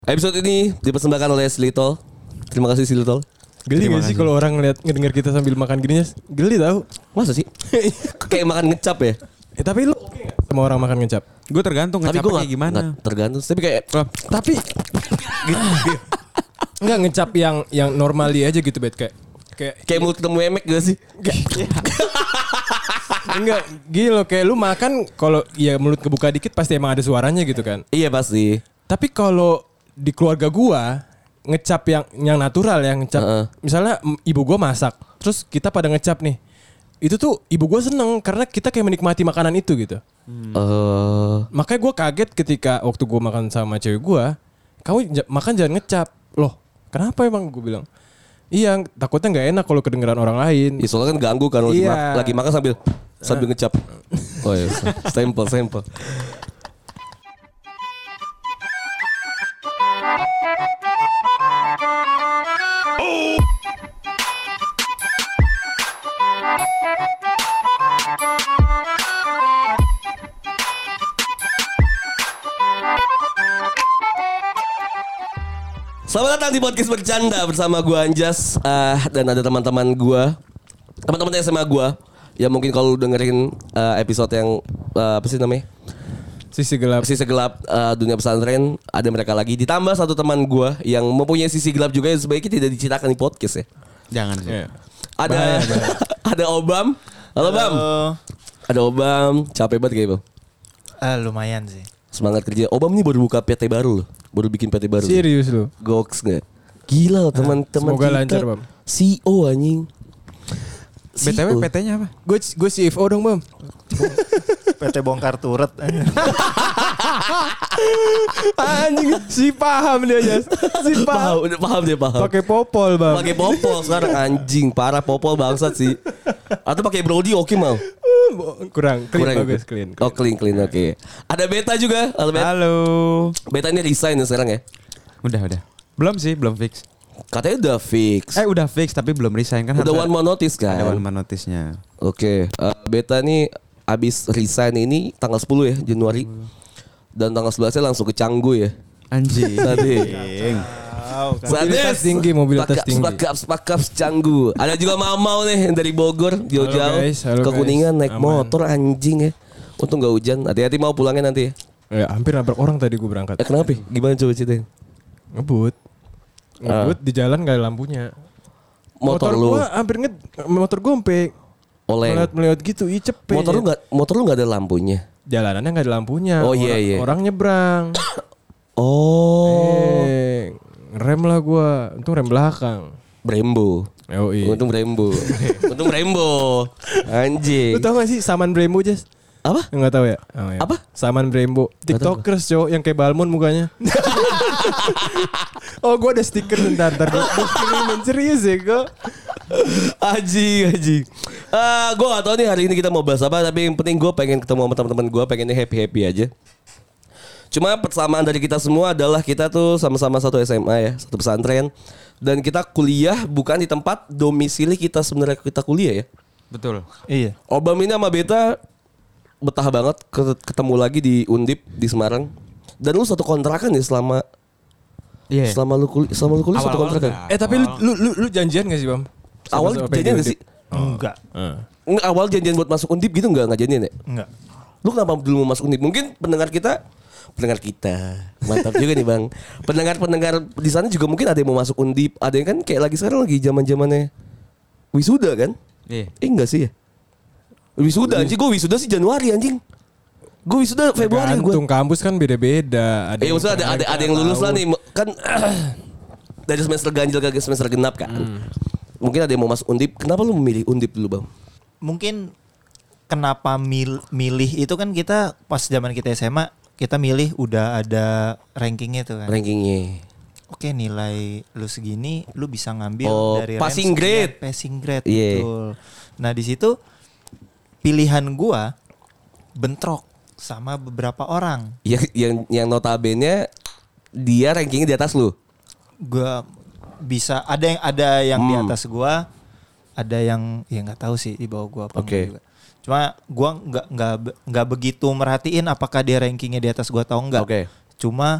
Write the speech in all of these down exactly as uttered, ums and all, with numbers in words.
Episode ini dipersembahkan oleh Slitol. Terima kasih Slitol. Geli gak sih kalau orang ngeliat ngedenger kita sambil makan gininya? Geli tau. Masa sih? Kayak makan ngecap ya? Eh tapi lu oke gak sama orang makan ngecap? Gue tergantung Tapi ngecapnya gue kayak gimana. Gak tergantung. Tapi kayak Oh, tapi enggak ngecap yang yang normali aja gitu bet kayak kayak Kayak mulut ketemu emek gak sih? enggak gila kayak lu makan kalau ya mulut kebuka dikit pasti emang ada suaranya gitu kan. Iya pasti. Tapi kalau di keluarga gua ngecap yang yang natural ya ngecap. Uh-uh. Misalnya m- ibu gua masak, terus kita pada ngecap nih. Itu tuh ibu gua seneng karena kita kayak menikmati makanan itu gitu. Hmm. Uh, Makanya gua kaget ketika waktu gua makan sama cewek gua, kamu j- makan jangan ngecap. Loh, kenapa emang gua bilang? Iya, takutnya nggak enak kalau kedengeran orang lain. ya soalnya kan ganggu kan lagi, Iya. ma- lagi makan sambil sambil ngecap. Oh iya, stempel stempel. Selamat datang di podcast bercanda bersama gua Anjas uh, dan ada teman-teman gua, teman-teman S M A gua yang mungkin kalau dengerin uh, episode yang uh, apa sih namanya Sisi gelap. sisi gelap uh, dunia pesantren, ada mereka lagi ditambah satu teman gua yang mempunyai sisi gelap juga yang sebaiknya tidak diceritakan di podcast ya. Jangan sih. Iya. Ada Bahaya, bahaya. ada Obam, halo, Bam. Ada Obam, capek banget kayak Bam. Ah, lumayan sih. Semangat kerja. Obam ini baru buka P T baru loh, baru bikin P T baru. Serius lu? Goks nggak? Gila loh, teman-teman semoga kita. lancar, Bam. C E O anjing. B T W P T-nya apa? Gue gue C F O dong Bam. P T bongkar turret. Anjing si paham dia Jas. Si Paham, paham. udah paham dia paham. Pakai popol Bam. Pakai popol sekarang anjing, parah popol bangsat sih. Atau pakai Brody oke mau. Kurang, clean Kurang bagus, gitu. clean. Oh clean clean oke. Ada Beta juga, halo Beta. Halo. Beta ini resign ya sekarang ya. Udah udah. Belum sih, belum fix. Katanya udah fix. Eh udah fix tapi belum resign kan. Udah harus one more notice kan. Ada one man notice-nya. Oke, eh, Beta nih abis resign ini tanggal sepuluh ya Januari. Dan tanggal sebelasnya langsung ke Canggu ya. Anjing. Tadi. Mobilitas tinggi, mobilitas Spakaps, tinggi. Spakaps, spakaps, Canggu. Ada juga Mamau nih yang dari Bogor, jauh-jauh Halo guys, halo ke guys. Kuningan naik Aman. motor anjing ya. Untung gak hujan. Hati-hati mau pulangnya nanti ya. Ya, hampir nabrak orang tadi gue berangkat. Eh kenapa? Gimana coba ceritain? Ngebut. Ngebut di jalan gak ada lampunya. Motor, lu gua hampir nge motor gue sampai oleng. melihat-melihat gitu, ih cepet. Motor lu nggak motor lu nggak ada lampunya. Jalanannya nggak ada lampunya. Oh, iya, Orang- iya. Orang nyebrang. Oh, Eh, rem lah gue. Untung rem belakang. Brembo. Oh iya. Untung Brembo. Untung Brembo. Anjing. Lu tau gak sih saman Brembo Jas? Apa? Enggak tahu ya? Oh, iya. Apa? Saman Brembo. TikTokers cowok yang kayak Balmon mukanya. Oh gue ada stiker bentar. Ntar gue kirimin serius ya gue. Aji, aji. Ah, gue gak tau nih hari ini kita mau bahas apa, tapi yang penting gue pengen ketemu sama teman-teman gue, pengennya happy happy aja. Cuma persamaan dari kita semua adalah kita tuh sama-sama satu S M A ya, satu pesantren, dan kita kuliah bukan di tempat domisili kita sebenarnya kita kuliah ya. Betul. Iya. Obam ini sama Beta betah banget ketemu lagi di Undip di Semarang. Dan lu satu kontrakan ya selama Iya. selama lu kuliah, selama lu kuliah satu Awal-awal kontrakan. enggak. Eh tapi lu, lu, lu, lu janjian gak sih Bam? Awal Sama-sama janjian pengen gak sih? Enggak. Heeh. Nggak, awal janjian buat masuk Undip gitu enggak enggak janjian ya? Enggak. Lu kenapa dulu mau masuk Undip? Mungkin pendengar kita pendengar kita mantap juga nih Bang. Pendengar-pendengar di sana juga mungkin ada yang mau masuk Undip, ada yang kan kayak lagi sekarang lagi zaman-zamannya wisuda kan? Iya. Eh enggak sih ya? Wisuda anjing, gue wisuda sih Januari anjing. Gue wisuda Februari gue. Gantung kampus kan beda-beda. Eh maksudnya ada ada ada yang lulus lah nih kan dari semester ganjil ke semester genap kan. Mungkin ada yang mau masuk Undip. Kenapa lu memilih Undip dulu Bang? Mungkin kenapa mil- milih itu kan kita pas zaman kita S M A kita milih udah ada rankingnya tuh kan. Rankingnya. Oke nilai lu segini lu bisa ngambil Oh, dari passing range grade. sekian, passing grade Iya. betul. Nah di situ pilihan gua bentrok sama beberapa orang. Yang yang yang notabene dia rankingnya di atas lu. Gua bisa ada yang ada yang di Hmm. atas gua, ada yang ya nggak tahu sih di bawah gua apa Oke. enggak juga. Cuma gua nggak nggak nggak begitu merhatiin apakah dia rankingnya di atas gua atau enggak. Oke. Cuma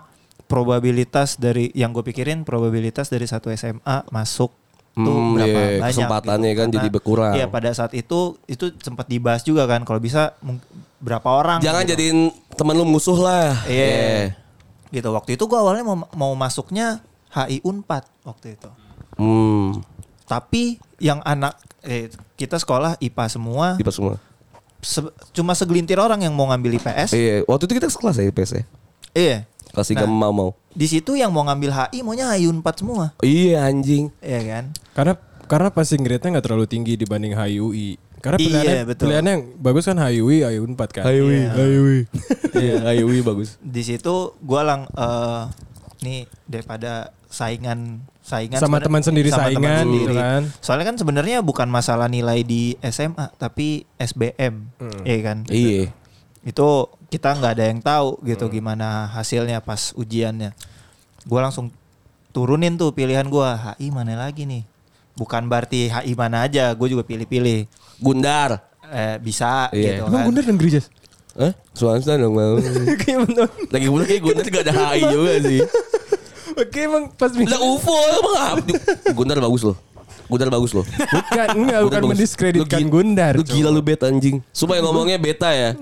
probabilitas dari yang gue pikirin probabilitas dari satu S M A masuk tuh Hmm, berapa iya, banyak kesempatannya kan Karena- jadi berkurang. Iya pada saat itu itu sempat dibahas juga kan kalau bisa mung- berapa orang. Jangan gitu. jadiin temen lu musuh lah. Iya. Gitu waktu itu gue awalnya mau mau masuknya H I Unpad waktu itu. Hmm, Tapi yang anak eh, kita sekolah I P A semua tipe semua. se- cuma segelintir orang yang mau ngambil I P S. Iya, waktu itu kita sekelas ya I P S ya. Iya. Kelas tiga Nah. mau mau. Di situ yang mau ngambil H I maunya H I Unpad semua. Iya anjing. Iya kan? Karena karena passing grade-nya nggak terlalu tinggi dibanding H I U I. Karena Iya, pilihannya, betul. pilihannya yang bagus kan H I U I, H I U empat kan. H I U I, Iya. H I U I. Iya, H I U I bagus. Di situ gua lang eh nih daripada saingan saingan Sama sebenarnya- teman sendiri sama teman saingan sendiri. gitu kan. Soalnya kan sebenarnya bukan masalah nilai di S M A tapi S B M. Hmm. Iya kan? Iya. Itu kita nggak ada yang tahu gitu gimana hasilnya pas ujiannya. Gua langsung turunin tuh pilihan gua H I mana lagi nih. Bukan berarti H I mana aja, gue juga pilih-pilih. Gundar. Eh, bisa Iya. gitu Emang kan. Gundar negeri Jas? Hah? Swasta dong mau. Kayak bener. Lagi pula kayak Gundar gak ada H I juga sih. Oke emang pas Lah U F O emang apa? Gundar bagus loh. Gundar bagus loh. bukan enggak Gundar bukan bagus. mendiskreditkan Lu gi- Gundar. Lu gila lu bet anjing. Supaya ngomongnya beta ya.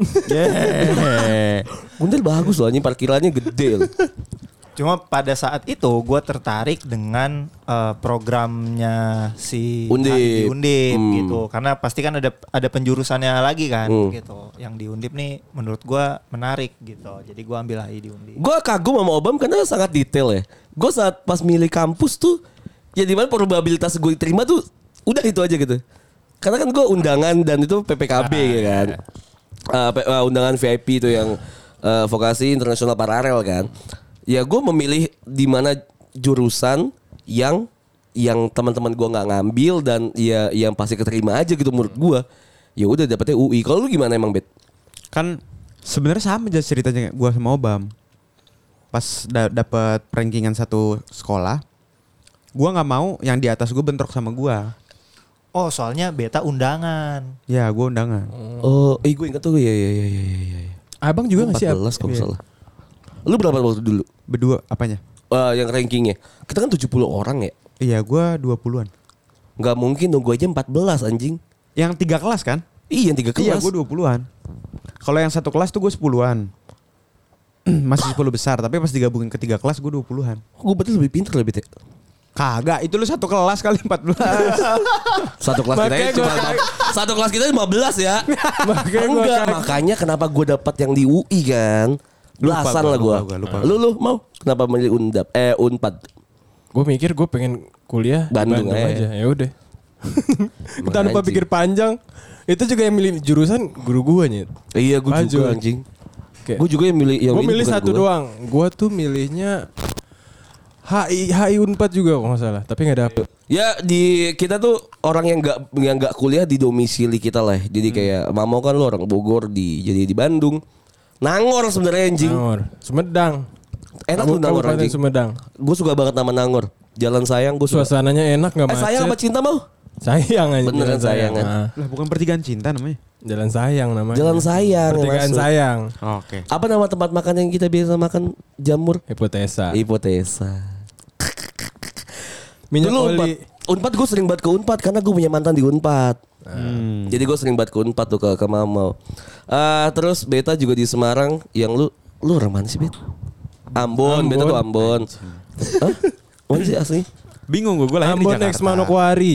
Gundar bagus loh anjing, parkirannya gede loh. Cuma pada saat itu gue tertarik dengan eh, programnya si Undip. H I di Undip Hmm. gitu. Karena pasti kan ada ada penjurusannya lagi kan Hmm. gitu. Yang di Undip nih menurut gue menarik gitu. Jadi gue ambil H I di Undip. Gue kagum sama Obam karena sangat detail ya. Gue saat pas milih kampus tuh, ya dimana probabilitas gue diterima tuh udah itu aja gitu. Karena kan gue undangan dan itu P P K B ya kan. Uh, P- uh, undangan V I P itu yang uh, vokasi internasional paralel kan. Ya gue memilih di mana jurusan yang yang teman-teman gue nggak ngambil dan ya yang pasti keterima aja gitu menurut gue. Ya udah dapetnya U I. Kalau lu gimana emang Bet? Kan sebenarnya sama aja ceritanya gua sama Obam. Pas da- dapat rankingan satu sekolah, gua nggak mau yang di atas gua bentrok sama gua. Oh soalnya beta undangan. Ya, gua undangan. Oh, eh gue ingat tuh ya ya ya ya ya. ya. Abang juga nggak sih? empat belas kalau nggak Iya. salah. Lu berapa waktu dulu? Berdua apanya? Eh, yang rankingnya. Kita kan tujuh puluh orang ya. Iya, gua dua puluhan. Nggak mungkin dong, gue aja empat belas anjing. Yang tiga kelas kan? Iya, yang tiga Iya, kelas. gua dua puluhan. Kalau yang satu kelas tuh gua sepuluhan. Masih sepuluh besar, tapi pas digabungin ke tiga kelas gua dua puluhan. Gue berarti lebih pintar lebih teh. Kagak, itu lu satu kelas kali empat belas. Satu kelas kita Makanya cuma gua- satu kelas kita lima belas ya. Makanya gua Enggak, kaget. makanya kenapa gue dapat yang di U I kan? Lupa Belasan gua, lah gue. lupa gua, lupa. Lu lu mau kenapa milih Undap eh Unpad? Gue mikir gue pengen kuliah di Bandung Bandung, aja. aja. Ya udah. Tanpa Anjing. pikir panjang. Itu juga yang milih jurusan guru gue nyet. Iya, gue Maju. juga anjing. Kayak- Gue juga yang milih yang Gue ini milih bukan satu gua. doang. Gue tuh milihnya H I H I Unpad juga kalau nggak salah, tapi nggak dapet. Ya di kita tuh orang yang nggak yang nggak kuliah di domisili kita lah. Jadi kayak Mamo kan lu orang Bogor di jadi di Bandung. Nangor sebenarnya anjing. Nangor, Sumedang. Enak Kabu- tuh Nangor Kabupaten anjing. Sumedang. Gue suka banget nama Nangor. Jalan sayang gue suka. Suasananya enak nggak Eh macet. sayang apa cinta mau? Sayang aja. Beneran Jalan sayang, kan? Ah, Lah bukan pertigaan cinta namanya. Jalan sayang namanya. Jalan sayang. Pertigaan masuk. sayang. Oke. Apa nama tempat makan yang kita biasa makan jamur? Hipotesa. Hipotesa. Minyak Dulu oli. Unpad. Unpad gue sering banget ke Unpad karena gue punya mantan di Unpad. Hmm. Jadi gue sering banget ke Unpad tuh ke, ke Mamau. Ah, terus Beta juga di Semarang. Yang lu lu orang mana sih Bet? Ambon, Beta tuh Ambon. Hah? Mana sih asli? Bingung gue, gue lahir Ambon di X Jakarta. Manokwari.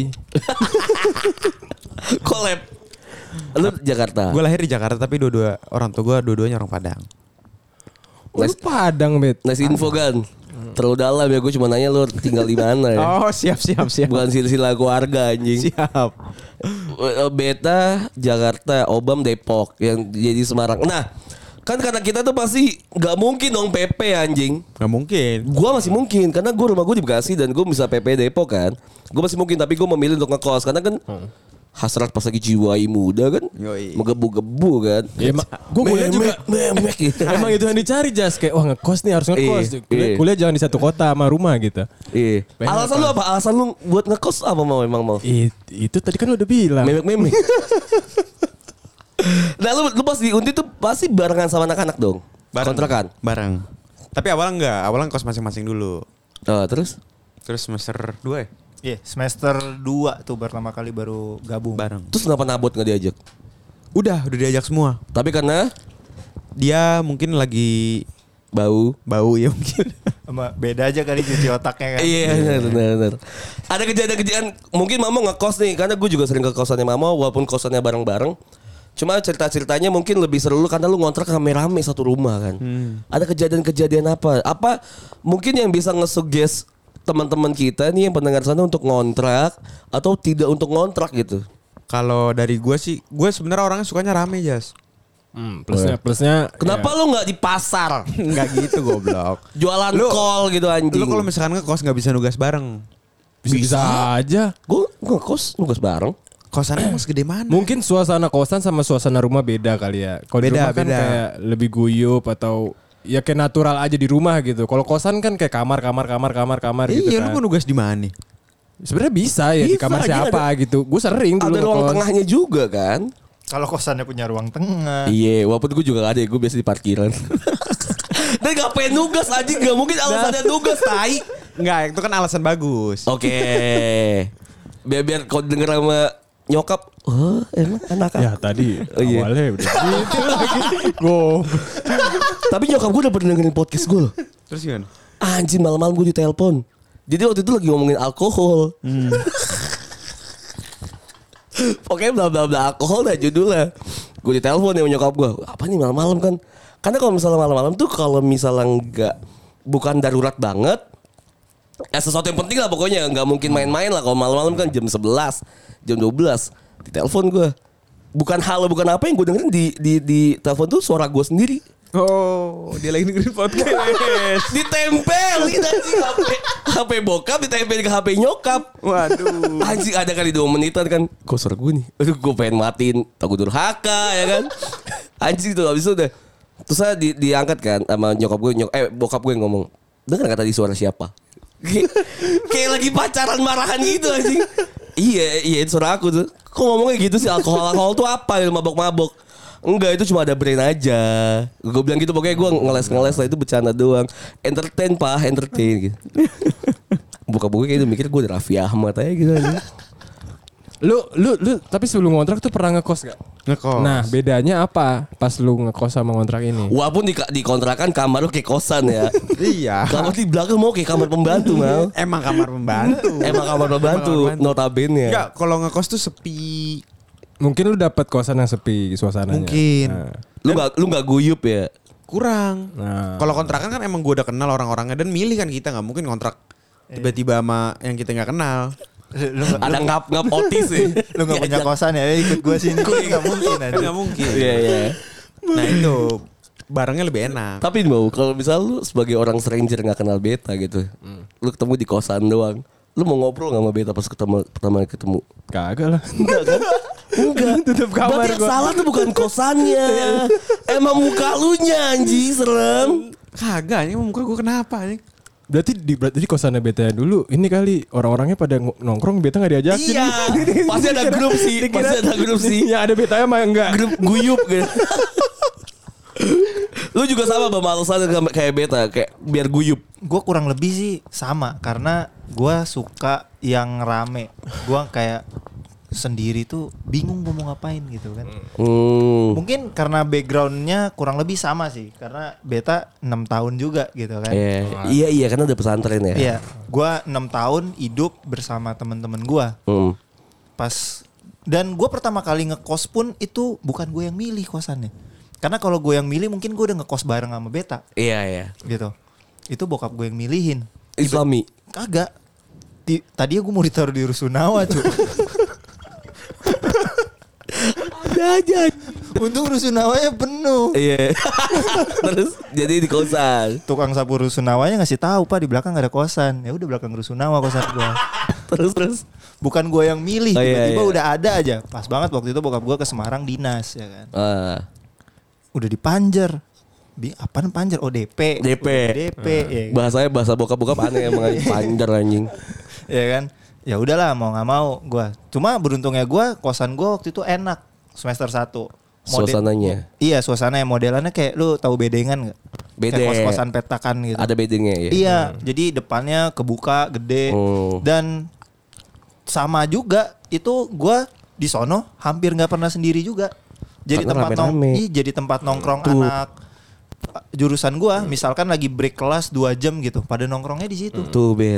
Collab. Lu Jakarta. Gue lahir di Jakarta tapi dua-dua orang tua gue dua-duanya orang Padang. Oh, lu Padang, Bet. Nice info kan. Terlalu dalam ya, gue cuma nanya lu tinggal di mana ya. Oh siap siap siap. Bukan silsilah keluarga anjing. Siap. Beta Jakarta, Obam Depok, yang jadi Semarang. Nah, kan karena kita tuh pasti nggak mungkin dong P P anjing. Gak mungkin. Gua masih mungkin karena gua rumah gua di Bekasi dan gua bisa P P Depok kan. Gua masih mungkin tapi gua memilih untuk ngekos karena kan hasrat pas lagi jiwai muda kan, Yoi. menggebu-gebu kan. Ya, emang gue kuliah juga. memek gitu. Emang itu yang dicari Jas, kayak wah ngekos nih harus ngekos. Iya, Kuliah, iya. kuliah jangan di satu kota sama rumah gitu. Iya. Pengen Alasan lu apa? Alasan lu buat ngekos apa mau emang mau? It, itu tadi kan udah bilang. Memek-memek. Nah lu, lu pas di Undi tuh pasti barengan sama anak-anak dong. Bareng. Kontrakan. Bareng. Tapi awalnya enggak, awalnya kos masing-masing dulu. Oh, terus? Terus semester dua ya? Iya, semester dua tuh pertama kali baru gabung. Bareng. Terus kenapa Nabot nggak diajak? Udah, udah diajak semua. Tapi karena Dia mungkin lagi bau. bau ya mungkin. Sama beda aja kali cuci otaknya kan. Iya benar benar benar. Ada kejadian-kejadian mungkin Mama ngekos nih karena gue juga sering ke kosannya Mama walaupun kosannya bareng-bareng. Cuma cerita-ceritanya mungkin lebih seru lu karena lu ngontrak rame-rame satu rumah kan. Hmm. Ada kejadian-kejadian apa? Apa mungkin yang bisa nge-suggest teman-teman kita nih yang pendengar sana untuk ngontrak atau tidak untuk ngontrak gitu? Kalau dari gue sih, gue sebenarnya orangnya sukanya rame, Jas. Hmm, plusnya plusnya Kenapa ya. lu nggak di pasar? Enggak gitu goblok. Jualan Lu- kol gitu anjing. Lu kalau misalkan ngekos nggak bisa nugas bareng. bisa, bisa aja. Gue ngekos nugas bareng. Kosannya mau segede mana? Mungkin suasana kosan sama suasana rumah beda kali ya. Kalau di Beda, rumah kan beda. kayak lebih guyup atau ya kayak natural aja di rumah gitu. Kalau kosan kan kayak kamar kamar kamar kamar kamar gitu Iya, kan. lu mau nugas di mana nih? Sebenarnya bisa ya di Bisa, kamar iya, siapa gitu. Gue sering dulu Ada ruang ngekos. tengahnya juga kan? Kalau kosannya punya ruang tengah. Iya, walaupun gue juga gak ada ya, gue biasa di parkiran. Dan gak pengen nugas anjing, gak mungkin alasannya nugas, tai. Enggak, itu kan alasan bagus. Oke. Biar biar kau denger sama nyokap, oh emang anak Ya tadi Oh, iya. awalnya udah gitu lagi. Go. Tapi nyokap gue udah pernah dengerin podcast gue loh. Terus gimana? Anjing malam-malam gue ditelepon. Jadi waktu itu lagi ngomongin alkohol. Hmm. Pokoknya bla bla bla alkohol dah judulnya. Gue ditelepon sama nyokap gue. Apa nih malam-malam kan? Karena kalau misalnya malam-malam tuh kalau misalnya nggak bukan darurat banget, ya sesuatu yang penting lah pokoknya. Nggak mungkin main-main lah kalau malam-malam kan jam sebelas, jam dua belas. Ditelepon gue. Bukan halo bukan apa yang gue dengerin di di di telepon tuh suara gue sendiri. Oh, dia lagi dengerin podcast. Ditempelin anjing H P H P bokap ditempelin ke H P nyokap. Waduh. Anjing ada kali dua menitan kan. Kok suara gue nih. Aduh gue pengen matiin. Takut durhaka ya kan. Anjing tuh abis itu udah. Terus saya di, diangkat kan sama nyokap gue nyok, Eh bokap gue ngomong, dengar gak tadi suara siapa? Kayak lagi pacaran marahan gitu anjing. Iya iya itu suara aku tuh. Kok ngomongnya gitu sih? Alkohol-alkohol tuh apa? Mabok-mabok. Enggak itu cuma ada brand aja. Gue bilang gitu pokoknya gue ngeles-ngeles lah itu bercanda doang. Entertain pak, entertain gitu. Buka buku kayak itu mikir gue udah Raffi Ahmad aja gitu aja. Lu lu lu tapi sebelum ngontrak tuh pernah ngekos gak? Ngekos. Nah, bedanya apa pas lu ngekos sama ngontrak ini? Walaupun di, di kontrakan kamar lu kayak kosan ya. Iya. Kamar di belakang mau kayak kamar pembantu mal. Emang kamar pembantu. Emang kamar pembantu notabene. Enggak, kalau ngekos tuh sepi. Mungkin lu dapat kosan yang sepi suasananya. Mungkin. Nah. Lu nggak lu nggak guyup ya? Kurang. Nah. Kalau kontrakan kan emang gue udah kenal orang-orangnya dan milih kan kita nggak mungkin kontrak tiba-tiba sama yang kita nggak kenal. Lu Ada ngap ngap otis sih. lu nggak punya kosan ya, ikut gue sini. Nggak mungkin aja. Kan nggak mungkin. Iya iya. Nah itu barangnya lebih enak. Tapi mau kalau misal lu sebagai orang stranger nggak kenal beta gitu, lu ketemu di kosan doang, lu mau ngobrol nggak sama beta pas ketemu pertama kali ketemu? Kagak lah. Enggak kan? Enggak. Tutup kamar Berarti yang gua. salah tuh bukan kosannya. Emang muka lu nya anjing serem. Kagak, ini muka gue kenapa nih? Berarti di berarti di kosannya beta dulu ini kali orang-orangnya pada ng- nongkrong beta nggak diajakin. Iya. Pasti ada grup sih. Pasti ada grup sih. Yang ada betanya mah enggak. Grup guyup gitu. Lu juga sama Bang alasannya kayak beta, kayak biar guyup. Gue kurang lebih sih sama karena gue suka yang rame. Gue kayak sendiri tuh bingung gue mau ngapain gitu kan. Hmm. Mungkin karena backgroundnya kurang lebih sama sih karena beta enam tahun juga gitu kan. Iya, iya iya karena udah pesantren ya. Iya, gue enam tahun hidup bersama teman-teman gue. Hmm. Pas dan gue pertama kali ngekos pun itu bukan gue yang milih kosannya. Karena kalau gue yang milih mungkin gue udah ngekos bareng sama beta Iya iya. gitu. Itu bokap gue yang milihin. Islami. Kagak. Di, tadinya gue mau ditaruh di Rusunawa cuy. Ada aja. Untung Rusunawanya penuh. Iya. Terus jadi di kosan. Tukang sapu Rusunawanya ngasih tahu pak di belakang gak ada kosan. Ya udah belakang Rusunawa kosan gue. Terus terus. Bukan gue yang milih. Oh, iya, Tiba-tiba iya. udah ada aja. Pas banget waktu itu bokap gue ke Semarang dinas ya kan. Ah. Udah di Panjer. Bi apaan Panjer? Oh D P. D P. Udah D P. Ya, kan? Bahasanya bahasa bokap-bokap aneh emang anjing. Panjer anjing. Ya kan. Ya udahlah mau nggak mau gue. Cuma beruntungnya gue kosan gue waktu itu enak semester satu. Suasananya. Iya suasananya modelannya kayak lu tahu bedengan nggak? Bede. Kayak kos-kosan petakan gitu. Ada bedengnya ya. Iya, jadi depannya kebuka gede Oh. dan sama juga itu gua di sono hampir nggak pernah sendiri juga. Jadi Karena tempat nong, rame-rame. ih, jadi tempat nongkrong Tuh. anak jurusan gua, misalkan lagi break kelas dua jam gitu, pada nongkrongnya di situ. Tuh bet.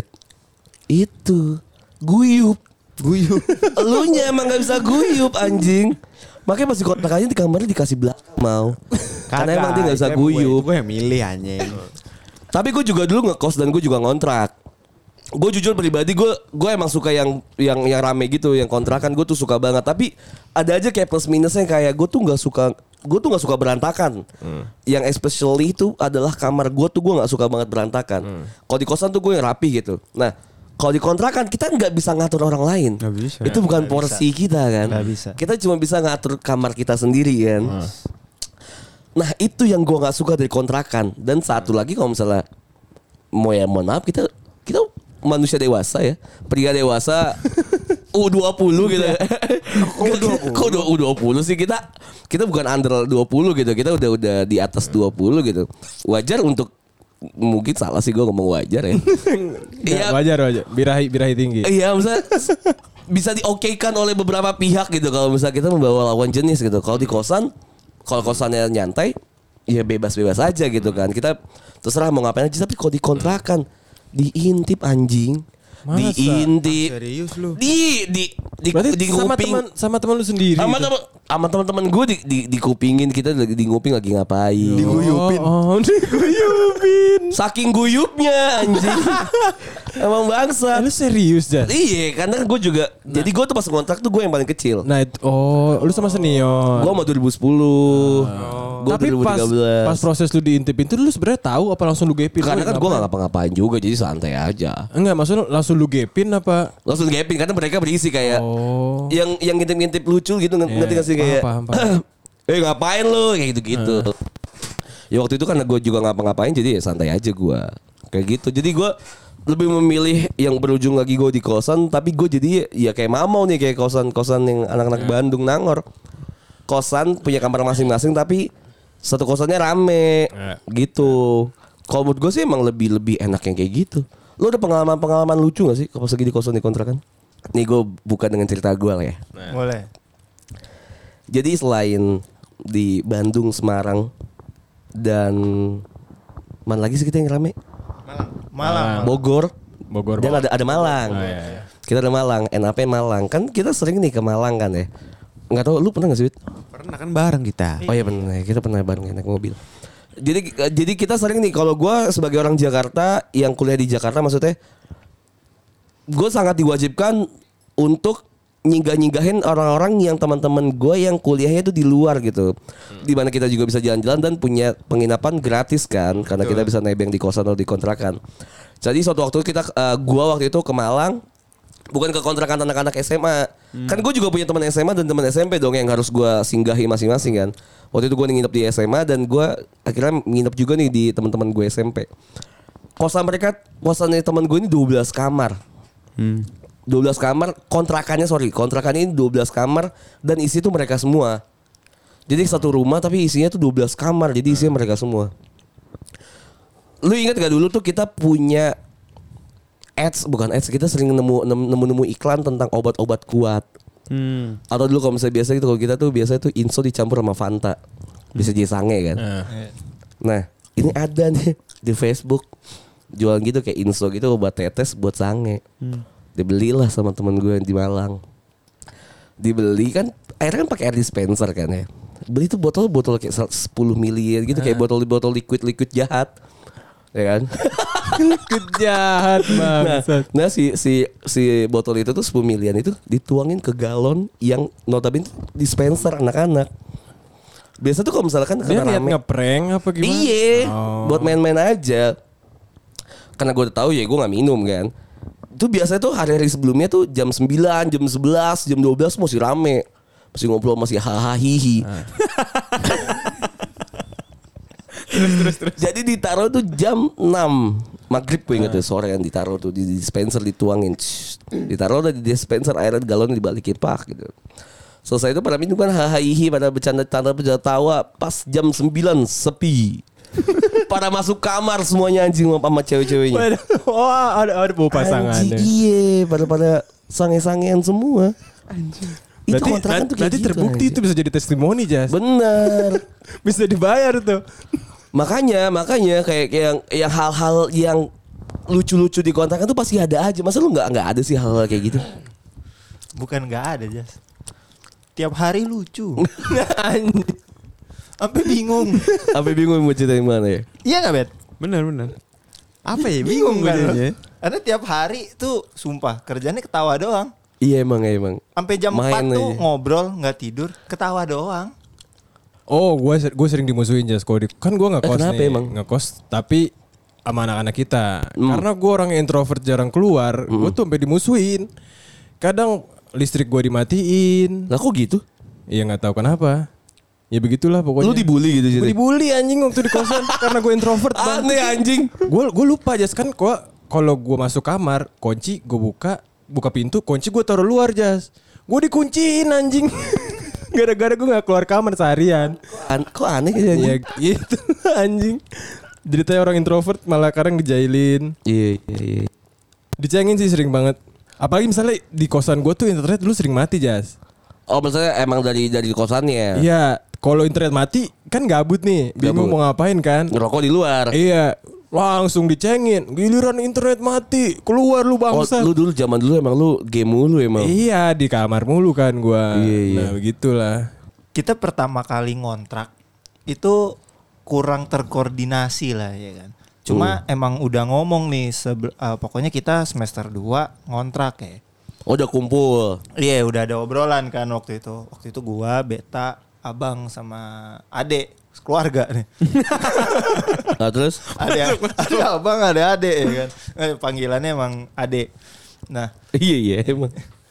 Itu guyup. Guyup. Elunya emang gak bisa guyup anjing. Makanya pas di kontak aja di kamarnya dikasih belakang mau. Karena emang dia gak bisa guyup. Gue yang milih anjing. Tapi gue juga dulu ngekos dan gue juga ngontrak. Gue jujur pribadi gue gue emang suka yang yang yang rame gitu, yang kontrakan gue tuh suka banget. Tapi ada aja kayak plus minusnya, kayak gue tuh nggak suka gue tuh nggak suka berantakan. Hmm. Yang especially itu adalah kamar gue tuh gue nggak suka banget berantakan. Hmm. Kalau di kosan tuh gue yang rapi gitu. Nah kalau di kontrakan kita nggak bisa ngatur orang lain. Gak bisa. Itu bukan gak porsi bisa. Kita kan. Gak bisa. Kita cuma bisa ngatur kamar kita sendiri kan. Hmm. Nah itu yang gue nggak suka dari kontrakan. Dan satu lagi kalau misalnya mau ya mohon maaf kita kita manusia dewasa ya, pria dewasa U dua puluh gitu. Kok U dua puluh sih kita kita bukan under dua puluh gitu. Kita udah udah di atas dua puluh gitu. Wajar untuk mungkin salah sih gue ngomong wajar ya. Iya wajar wajar. Birahi birahi tinggi. Iya misalnya bisa diokekan oleh beberapa pihak gitu kalau misalnya kita membawa lawan jenis gitu. Kalau di kosan, kalau kosannya nyantai, ya bebas-bebas aja gitu kan. Kita terserah mau ngapain aja. Tapi kalau dikontrakan, diintip anjing. Masa? Diintip. Serius lu? Di di di, Berarti di sama nguping. teman sama teman lu sendiri. Sama gitu? teman sama teman-teman gue di, di di kupingin, kita lagi di nguping lagi ngapain. Diguyupin. Oh, oh diguyupin. Saking guyupnya anjing. Emang bangsa. Eh, lu serius Jas? Iya, karena gue juga. Nah. Jadi gue tuh pas kontrak tuh gue yang paling kecil. Nah, itu, oh, lu sama senior. Gue sama dua ribu sepuluh. Gue Tapi dua ribu pas tiga belas. pas proses lu diintipin tuh lu sebenarnya tahu apa langsung lu gepin? Karena Lu kan gue ngapain? gak ngapa-ngapain juga, jadi santai aja. Enggak, maksudnya langsung lu gepin apa? Langsung gapin karena mereka berisi kayak Oh. yang yang ngintip-ngintip lucu gitu, Iya, ngerti gak sih kayak paham, paham, eh ngapain lu kayak gitu-gitu. Ya waktu itu karena gue juga ngapa-ngapain jadi ya santai aja gue kayak gitu. Jadi gue lebih memilih yang berujung lagi gue di kosan, tapi gue jadi ya kayak mamau nih, kayak kosan-kosan yang anak-anak Bandung Nangor. Kosan punya kamar masing-masing tapi satu kosannya rame gitu. Kalau menurut gue sih emang lebih lebih enak yang kayak gitu. Lo ada pengalaman-pengalaman lucu gak sih pas lagi di kosan di kontrakan? Nih gue buka dengan cerita gue lah ya. Boleh. Jadi selain di Bandung, Semarang, dan mana lagi sih kita yang rame? Malang. Bogor. Bogor. Dan ada ada Malang. Oh, iya, iya. Kita ada Malang, N A P Malang. Kan kita sering nih ke Malang kan ya. Nggak tahu lu pernah nggak sih? Wit? Pernah kan bareng kita. Oh iya pernah. Kita pernah bareng naik mobil. Jadi jadi kita sering nih, kalau gue sebagai orang Jakarta yang kuliah di Jakarta, maksudnya gue sangat diwajibkan untuk nyinggah-nyinggahin orang-orang yang teman-teman gue yang kuliahnya itu di luar gitu. Dimana kita juga bisa jalan-jalan dan punya penginapan gratis kan, karena kita bisa nebeng di kosan atau di kontrakan. Jadi suatu waktu kita uh, gue waktu itu ke Malang, bukan ke kontrakan anak-anak S M A. Hmm. Kan gue juga punya teman S M A dan teman S M P dong yang harus gue singgahi masing-masing kan. Waktu itu gue nginep di S M A dan gue akhirnya nginep juga nih di teman-teman gue S M P. Kosan mereka, kosannya teman gue ini dua belas kamar. Hmm. dua belas kamar, kontrakannya sorry, kontrakannya ini dua belas kamar dan isi itu mereka semua. Jadi satu rumah tapi isinya tuh dua belas kamar, jadi isinya mereka semua. Lu ingat gak dulu tuh kita punya ads, bukan ads, kita sering nemu nemu-nemu iklan tentang obat-obat kuat. Hmm. Atau dulu kalau misalnya biasa gitu, kalau kita tuh biasa tuh Inso dicampur sama Fanta, bisa jadi sange kan. Uh. Nah ini ada nih di Facebook jualan gitu kayak Inso gitu, obat tetes buat sange. Hmm. Dibelilah sama teman gue yang di Malang. Dibeli kan, airnya kan pakai air dispenser kan ya. Beli tuh botol-botol kayak sepuluh mili gitu, kayak botol-botol liquid-liquid jahat. Ya kan? Liquid jahat banget. Nah, nah si si si botol itu tuh sepuluh milian itu dituangin ke galon yang notabene dispenser anak-anak. Biasa tuh kalau misalkan dia lihat ngeprank apa gimana? Iya, oh. buat main-main aja. Karena gue udah tahu ya gue nggak minum kan. Itu biasanya tuh hari-hari sebelumnya tuh jam sembilan, jam sebelas, jam dua belas masih rame. Masih ngobrol, masih hahaha hihi. Ah. terus, terus, terus. Jadi ditaruh tuh jam enam maghrib gue inget tuh, sore kan ditaruh tuh di dispenser dituangin. Shhh. Ditaruh udah di dispenser, airnya galon dibalikin pak gitu. Selesai itu pada minum kan hahaha hihi, pada bercanda-canda, bercanda tawa. Pas jam sembilan sepi. Pada masuk kamar semuanya anjing sama cewek-ceweknya. Oh ada ada bawa pasangannya. Anjing, iya, pada pada sange-sangean semua. Anjing. Itu Berarti, kontrakan tuh kayak berarti gitu, terbukti anjing. itu bisa jadi testimoni, Jas. Bener. Bisa dibayar tuh. Makanya, makanya kayak kayak yang yang hal-hal yang lucu-lucu di kontrakan tuh pasti ada aja. Masa lu nggak nggak ada sih hal-hal kayak gitu? Bukan nggak ada, Jas. Tiap hari lucu. Sampai bingung. Sampai bingung mau cerita yang mana ya? Iya nggak, Bet? Bener bener. Apa ya? Bingung kan? jadinya. Karena tiap hari tuh sumpah kerjanya ketawa doang. Iya emang ya emang. Sampai jam Main empat tuh aja. ngobrol nggak tidur, ketawa doang. Oh, gue gue sering dimusuhin, Jas. Kalau di, kan gue nggak Eh, kos kenapa nih, emang? nggak kos. Tapi sama anak-anak kita. Hmm. Karena gue orang yang introvert jarang keluar, gue tuh sampai dimusuhin. Kadang listrik gue dimatiin. Lah kok gitu? Iya nggak tahu kenapa. Ya begitulah pokoknya. Lu dibully gitu Gue jadi. dibully anjing waktu di kosan karena gue introvert bang. Aneh anjing. Gue gue lupa, Jas, kan gua kalau gue masuk kamar kunci gue buka buka pintu kunci gue taruh luar, Jas. Gue dikunciin anjing. Gara-gara gue nggak keluar kamar seharian. An- kok aneh gitu anjing? Ya gitu anjing. Ceritanya orang introvert malah kadang dijailin. Iya iya iya. Dicengin sih sering banget. Apalagi misalnya di kosan gue tuh internet dulu sering mati, Jas. Oh maksudnya emang dari dari kosannya. Iya, kalau internet mati kan gabut nih, bingung Gabut. mau ngapain kan. Ngerokok di luar. Iya, langsung dicengin. Giliran internet mati, keluar lu Oh, bangsa. lu dulu zaman dulu emang lu game mulu emang. Iya, di kamar mulu kan gua. Iya, iya. Nah, begitulah. Kita pertama kali ngontrak itu kurang terkoordinasi lah ya kan. Cuma emang udah ngomong nih sebel- uh, pokoknya kita semester dua ngontrak ya. Oh udah kumpul. Iya udah ada obrolan kan waktu itu. Waktu itu gua, Beta, Abang sama Ade keluarga nih. Nah terus? Ada ada Abang, ada Ade ya kan. Eh, panggilannya emang Ade. Nah, Iya iya emang.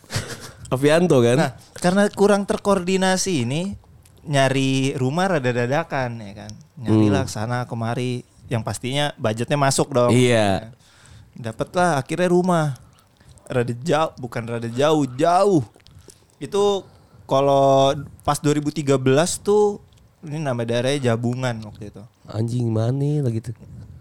Avianto kan? nah karena kurang terkoordinasi ini nyari rumah rada dadakan ya kan. Nyarilah sana kemari yang pastinya budgetnya masuk dong. Iya. Dapatlah akhirnya rumah. Rada jauh, bukan rada jauh, jauh. Itu kalau pas dua ribu tiga belas tuh ini nama daerahnya Jabungan waktu itu. Anjing mana lah gitu.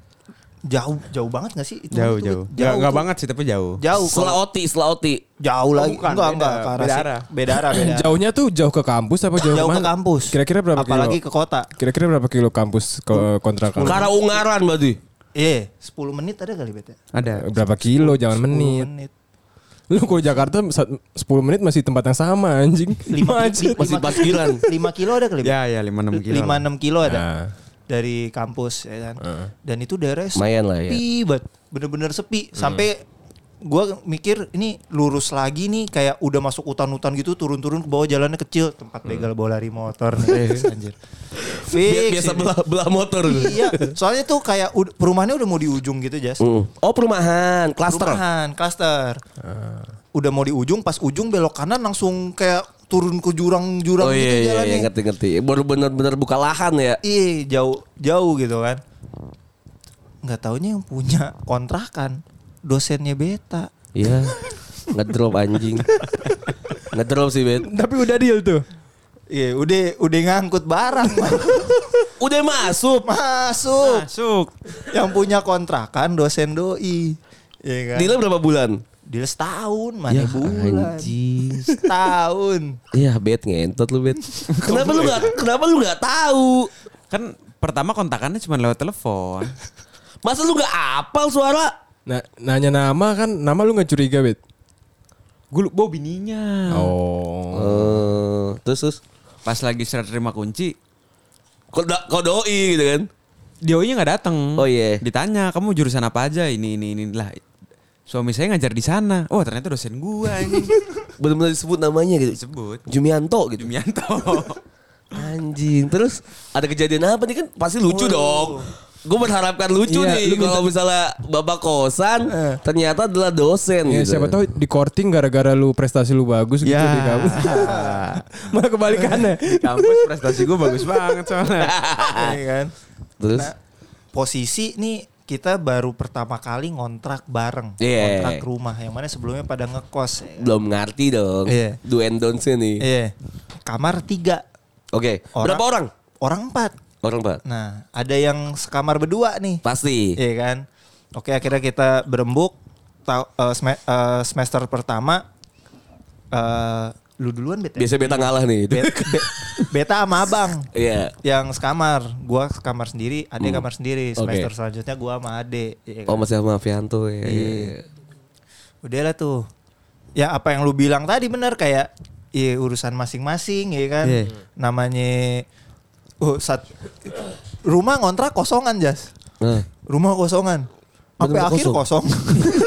Jauh, jauh banget gak sih? Itu Jauh itu, jauh. Jauh, Gak, gak tuh. banget sih tapi jauh. Jauh. Setelah kalau- Oti, setelah Oti. Jauh lagi. bukan, enggak, beda. enggak. Ke arah Beda si- arah. Beda arah, beda arah. Jauhnya tuh jauh ke kampus apa jauh, Jauh ke kemana? kampus. Kira-kira berapa Apalagi kilo? ke kota. Kira-kira berapa kilo kampus ke kontrakan? Karena Ungaran berarti. Iya, sepuluh menit ada kali bete. Ada. Berapa kilo? Jangan sepuluh menit. menit. Lu kalau Jakarta sa- sepuluh menit masih tempat yang sama anjing. lima Macet. Masih parkiran. lima kilo ada kali. Ya ya lima enam kilo. lima enam kilo ada. Nah. Dari kampus ya kan. Heeh. Dan itu daerah Lumayan lah ya. sepi banget. Bener-bener sepi. Sampai gua mikir ini lurus lagi nih kayak udah masuk hutan-hutan gitu turun-turun ke bawah jalannya kecil. Tempat begal bawa lari motor nih. Anjir. Bi- Fix Biasa ini. belah, belah motor. Iya. Soalnya tuh kayak ud- perumahannya udah mau di ujung gitu Jas. Mm. Oh perumahan, klaster. Perumahan, klaster. Udah mau di ujung, pas ujung belok kanan langsung kayak turun ke jurang-jurang Oh gitu iya iya, jalannya. iya ngerti ngerti. Baru bener-bener buka lahan ya. Iya, jauh jauh gitu kan. Nggak taunya yang punya kontrakan dosennya Beta. Iya. Ngedrop anjing. Ngedrop sih Bet. Tapi udah deal tuh. Iya, udah udah ngangkut barang. Udah masuk. Masuk. Masuk. Yang punya kontrakan dosen doi. Iya kan? Dila berapa bulan? Deal setahun, mana Ya bulan. anjing. Setahun. Iya Bet ngentot lu Bet. Kenapa lu gak, kenapa lu gak tahu? Kan pertama kontakannya cuma lewat telepon. Masa lu gak apal suara? Nah, nanya nama kan, nama lu nggak curiga, Bet? Gue bawa bininya. Oh. Eh, terus terus. Pas lagi serah terima kunci, Kok da- kok doi gitu kan? dionya nggak datang. Oh, iya. Ditanya kamu jurusan apa aja? Ini ini ini lah. Suami saya ngajar di sana. Oh ternyata dosen gua ini. Benar-benar disebut namanya gitu. Disebut Jumianto gitu. Jumianto. Anjing. Terus ada kejadian apa nih kan pasti lucu dong. Gue berharapkan lucu Iya, nih lu minta- kalau misalnya bapak kosan ternyata adalah dosen Ya, gitu. siapa tahu di courting gara-gara lu prestasi lu bagus gitu Ya. di kampus. Malah kebalikannya. Di kampus prestasi gua bagus banget soalnya. Iya kan? Terus Nah, posisi nih kita baru pertama kali ngontrak bareng. Iya. Ngontrak rumah yang mana sebelumnya pada ngekos. ya kan? belum ngerti dong. Iya. Do and don'ts-nya nih. Iya. Kamar tiga. Oke. Orang- Berapa orang? Orang empat. Orang empat. Nah, ada yang sekamar berdua nih. Pasti. Iya kan? Oke, akhirnya kita berembuk ta- uh, sem- uh, semester pertama uh, lu duluan beta. Biasa beta ngalah nih. Beta, be- beta sama abang. Iya. Yang sekamar, gua sekamar sendiri, Ade Hmm. kamar sendiri. Semester Oke. selanjutnya gua sama Ade. Ya kan? Oh masih sama Fianto ya. Iya. Iya. Udah lah tuh. Ya apa yang lu bilang tadi benar kayak ya urusan masing-masing ya kan. Iya. Namanya oh, sat, rumah ngontrak kosongan, Jas. Nah. Rumah kosongan. Sampai Bener-bener akhir kosong. kosong.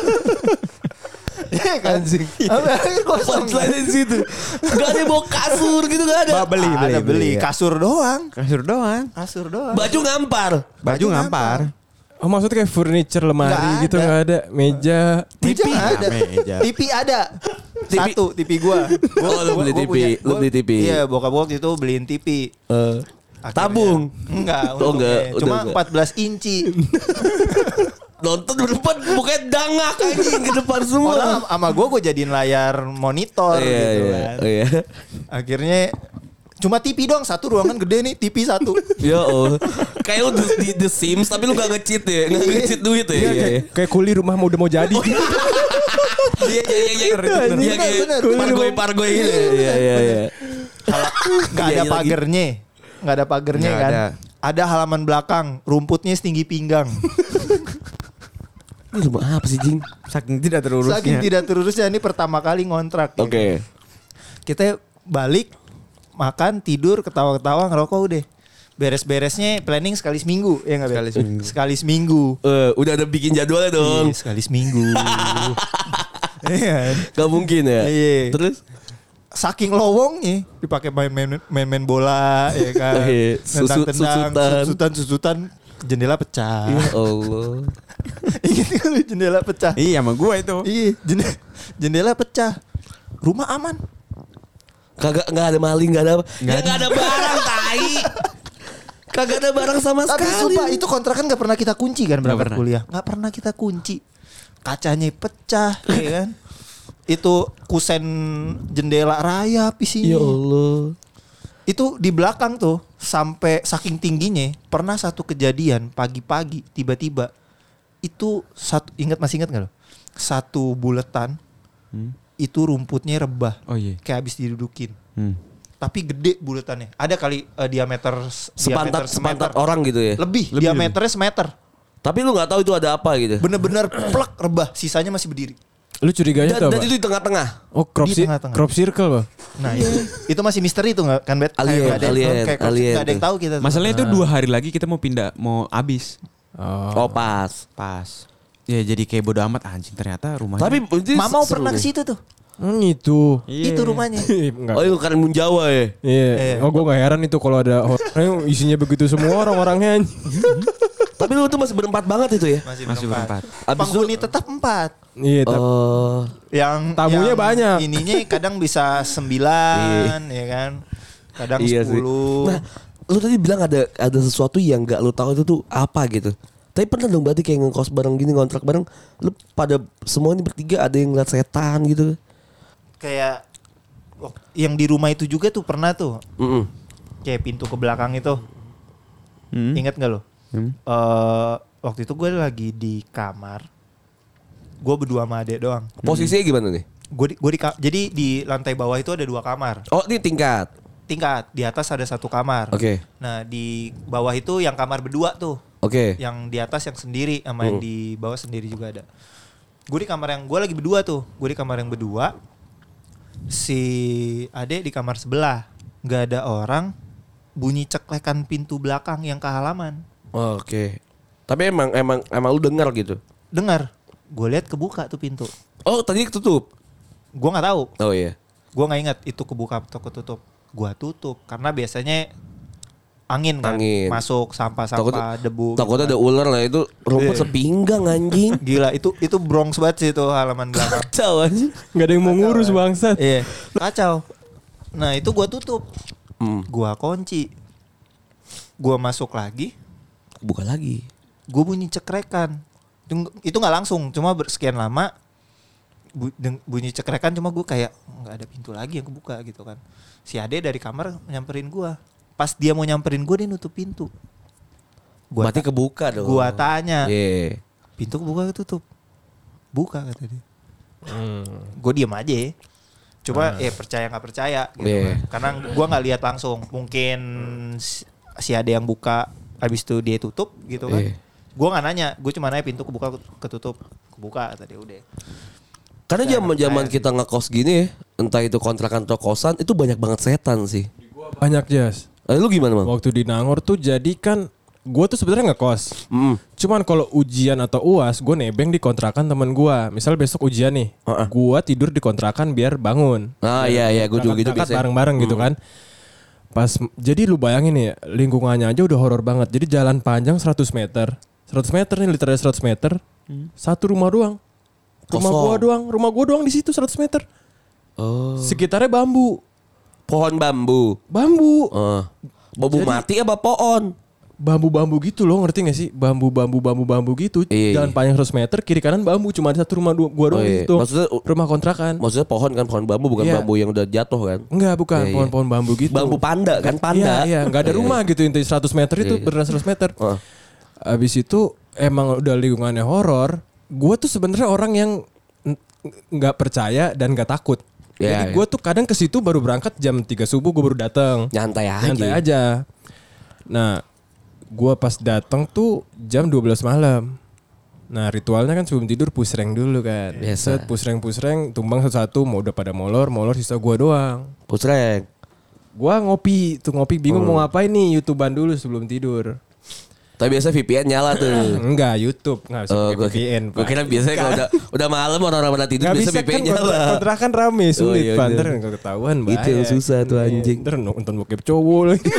Iya kan sih. Sampai akhir kosong. Punchline di situ. Gak ada yang bawa kasur gitu gak ada. Ba- beli, beli, Ada beli, beli, ya. kasur doang. Kasur doang. Kasur doang. Baju ngampar. Baju ngampar. Oh maksudnya kayak furniture lemari Nggak gitu ada. nggak ada, meja. Meja T V. nggak ada. Ah, meja. T V ada. T V. Satu T V gua. Gua- Oh, lu gua- beli gua T V. punya- Lu gua- beli T V. Iya, bokap gua waktu itu beliin T V. Eh, Akhirnya- tabung. Enggak, Oh, untungnya. enggak, udah Cuma enggak. empat belas inci. Nonton di depan bukannya dangak anjing ke depan semua. Orang sama gue gue jadiin layar monitor Iya, gitu iya, kan. iya. Akhirnya cuma T V doang, satu ruangan gede nih, T V satu. Ya oh. Kayak lu di, di The Sims tapi lu gak nge-cheat ya. Gak nge-cheat duit ya. Iya, Iya, kayak, iya. kayak kuli rumah mau udah mau jadi. Iya iya iya iya. Iya Bener, kayak bener. pargoy pargoy gitu. Iya iya iya. Gak Iya, ada iya, pagernya, gak ada pagernya Nggak kan. ada. Ada halaman belakang, rumputnya setinggi pinggang. Ini rumah apa sih Jing? Saking tidak terurusnya. Saking tidak terurusnya ini pertama kali ngontrak. ya. Oke. Kita balik, makan, tidur, ketawa-ketawa, ngerokok udah. Beres-beresnya planning sekali seminggu, ya nggak? Sekali Bet? seminggu. Sekali seminggu. Eh, udah ada bikin jadwalnya dong. Iya, sekali seminggu. Iya. Gak mungkin ya. Iya. Terus Saking lowongnya dipakai main-main main-main bola ya kan. Iya, susut- Tendang-tendang, susutan. susutan-susutan, jendela pecah. ya Allah. Ingat kan lu jendela pecah? Iya sama gue itu. Iya, jendela, jendela pecah. Rumah aman. Kagak nggak ada maling, nggak ada apa. Nggak Ya nggak ada barang tai. Kagak ada barang sama Tapi sekali. sumpah itu kontrakan gak pernah kita kunci kan berangkat pernah. kuliah. Gak pernah kita kunci. Kacanya pecah ya kan. Itu kusen jendela rayap isinya. Ya Allah. Itu di belakang tuh sampai saking tingginya pernah satu kejadian pagi-pagi tiba-tiba itu satu ingat masih ingat nggak lo? Satu buletan Hmm. itu rumputnya rebah Oh iya. kayak habis didudukin. Hmm. Tapi gede buletannya. Ada kali eh, diameter Sepantat diameter sepantat orang gitu ya. Lebih, Lebih, diameternya semeter. Tapi lu nggak tahu itu ada apa gitu. Bener-bener plek rebah, sisanya masih berdiri. Lu curiganya Dan, tuh dan apa? itu di tengah-tengah. Oh crop, Di si- tengah-tengah. crop circle bang. Nah, itu, itu masih misteri tuh nggak kan Bet? Kayak Alien, nggak ada yang- alien, kayak alien nggak ada yang tuh. tahu kita. tuh. Masalahnya itu dua hari lagi kita mau pindah, mau habis. Oh, pas. Pas. Ya jadi kayak bodo amat anjing ternyata rumahnya. Tapi itu Mama seru pernah nih. ke situ tuh. Hmm, itu. Iya. Itu rumahnya. Enggak. Oh, itu karena Munjawa ya. Iya. Iya. Oh gue gak heran itu kalau ada orang yang isinya begitu semua orang-orangnya. Tapi lu tuh masih berempat banget itu ya. Masih, Masih berempat. Abis Penghuni tetap empat. Iya. tapi Oh. Yang Tamunya yang banyak. Ininya kadang bisa sembilan, ya kan? Kadang Iya sih. sepuluh. Nah, lu tadi bilang ada ada sesuatu yang nggak lu tahu itu tuh apa gitu. Tapi pernah dong berarti kayak ngekos bareng gini, ngontrak bareng, lu pada semua ini bertiga ada yang ngeliat setan gitu. Kayak oh, yang di rumah itu juga tuh pernah tuh. Mm-mm. Kayak pintu ke belakang itu. Hmm? Ingat gak lo? Hmm? Eh, waktu itu gue lagi di kamar. Gue berdua sama adek doang. Posisinya gimana nih? Gue di, gua di ka- jadi di lantai bawah itu ada dua kamar. Oh, ini tingkat. Tingkat, di atas ada satu kamar. Oke. Nah, di bawah itu yang kamar berdua tuh. Oke. Yang di atas yang sendiri sama yang Hmm. di bawah sendiri juga ada. Gue di kamar yang gue lagi berdua tuh. Gue di kamar yang berdua. Si Ade di kamar sebelah. Gak ada orang. Bunyi ceklekan pintu belakang yang ke halaman. Oh, Oke. Tapi emang emang emang lu dengar gitu. Dengar. Gue lihat kebuka tuh pintu. Oh, tadi ketutup. Gue nggak tahu. Oh iya. Gue nggak ingat itu kebuka atau ketutup. Gue tutup karena biasanya angin kan Angin. masuk sampah-sampah debu. Takutnya gitu ada ular lah itu rumput Iya. sepinggang anjing. kan. Gila itu itu Bronx banget sih itu halaman belakang. Kacau anjing. Gak ada yang mau ngurus bangsat. Iya, kacau. Nah, itu gua tutup. Hmm. Gua kunci. Gua masuk lagi, Buka lagi. gua bunyi cekrekan. Itu- Itu nggak langsung, cuma ber- sekian lama bu- deng- bunyi cekrekan cuma gua kayak nggak ada pintu lagi yang kebuka gitu kan. Si Ade dari kamar nyamperin gua. Pas dia mau nyamperin gue dia nutup pintu. Gua Berarti ta- kebuka dong. Gua tanya, Iya. pintu kebuka ketutup? Buka kata dia. Hmm. Gue diem aja. Coba ya percaya nggak percaya gitu. Yeah. Karena gue nggak lihat langsung. Mungkin si, si ada yang buka, habis itu dia tutup gitu kan. Yeah. Gue nggak nanya, gue cuma nanya pintu kebuka ketutup, kebuka tadi udah. Karena Percaya, zaman-zaman percaya kita ngekos gini ya, entah itu kontrakan atau kosan, itu banyak banget setan sih. Banyak Jas. Eh, lu gimana, Bang? Waktu di Nangor tuh jadi kan gue tuh sebenarnya ngekos. Mm. Cuman kalau ujian atau U A S gue nebeng di kontrakan temen gue. Misal besok ujian nih, Uh-uh. gue tidur di kontrakan biar bangun. Ah iya iya, gue juga gitu Berangkat biasanya. bareng-bareng gitu kan. Pas jadi lu bayangin ya, lingkungannya aja udah horor banget. Jadi jalan panjang seratus meter. seratus meter nih, literally seratus meter. Satu rumah doang. Rumah Kosong. gua doang, rumah gua doang di situ seratus meter. Oh. Sekitarnya bambu. Pohon bambu. Bambu. Oh. Bambu Jadi- mati apa pohon? Bambu-bambu gitu loh, ngerti gak sih? Bambu-bambu bambu-bambu gitu. Iya, Jalan iya. panjang seratus meter, kiri kanan bambu, cuma ada satu rumah du- gua Oh, doang di iya. situ. Maksudnya- rumah kontrakan. Maksudnya pohon kan, pohon bambu bukan Iya. bambu yang udah jatuh kan? Enggak, bukan Iya, iya. pohon-pohon bambu gitu. Bambu panda kan, panda. Iya, iya, enggak ada Iya, rumah gitu inti seratus meter itu Iya, iya. beneran seratus meter. Oh. Abis itu emang udah lingkungannya horor. Gue tuh sebenarnya orang yang n- nggak percaya dan nggak takut. Iya, Jadi iya. gue tuh kadang ke situ baru berangkat jam tiga subuh gue baru datang. Nyantai aja. Nyantai aja. Nah, gue pas datang tuh jam dua belas malam. Nah, ritualnya kan sebelum tidur pusreng dulu kan. Biasa. Set pusreng-pusreng tumbang satu-satu, mau udah pada molor, molor sisa gue doang. Pusreng. Gua ngopi, tuh ngopi bingung Oh. mau ngapain nih, YouTubean dulu sebelum tidur. Tapi biasa V P N nyala tuh. Enggak, YouTube, enggak usah Oh, pakai gue V P N. gue kira biasanya kalau udah udah malam orang-orang pada tidur Nggak biasa bisa V P N kan nyala. kontra- kontrakan rame sulit Oh, iya, Pak. iya. Ntar nggak ketahuan bahaya. Itu yang susah tuh, Iya, anjing. Ntar nonton bokep cowok lagi.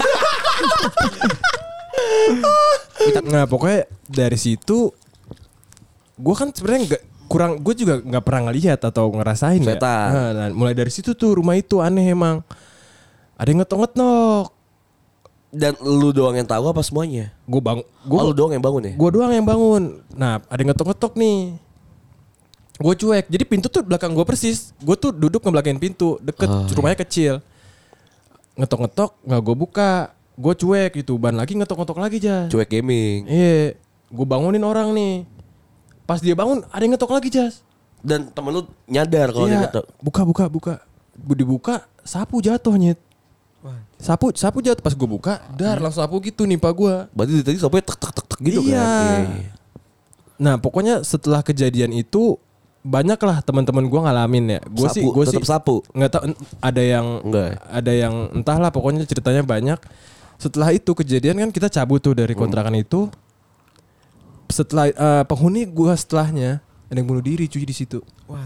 Nah pokoknya dari situ gue kan sebenarnya nggak kurang, gue juga nggak pernah ngelihat atau ngerasain ya. Setan. Nah, nah, mulai dari situ tuh rumah itu aneh emang. Ada yang ngetok-ngetok. Dan lu doang yang tahu apa semuanya? Gue bang, gue Oh, lu doang yang bangun ya? Gue doang yang bangun. Nah, ada yang ngetok-ngetok nih. Gue cuek. Jadi pintu tuh belakang gue persis. Gue tuh duduk ngebelakangin pintu. Deket, Oh, rumahnya kecil. Ngetok-ngetok, nggak gue buka. Gue cuek gitu. Ban lagi ngetok-ngetok lagi Jas. Cuek gaming. Iya. Gue bangunin orang nih. Pas dia bangun, ada yang ngetok lagi Jas. Dan temen lu nyadar kalau dia Iya. ngetok. Buka, buka, buka. Gue dibuka, sapu jatuh nyet. Sapu, sapu jatuh pas gue buka, dar langsung sapu gitu nih pak gue. Berarti dari tadi sampai tek tek tek tek gitu Iya. kan? Iya. Nah pokoknya setelah kejadian itu banyak lah teman-teman gue ngalamin ya. Gue sih, Sapu, gue sih tetap sapu. nggak tahu en- ada yang Enggak. ada yang entahlah pokoknya ceritanya banyak. Setelah itu kejadian kan kita cabut tuh dari kontrakan itu. Setelah eh, penghuni gue setelahnya ada yang bunuh diri cuy di situ. Wah,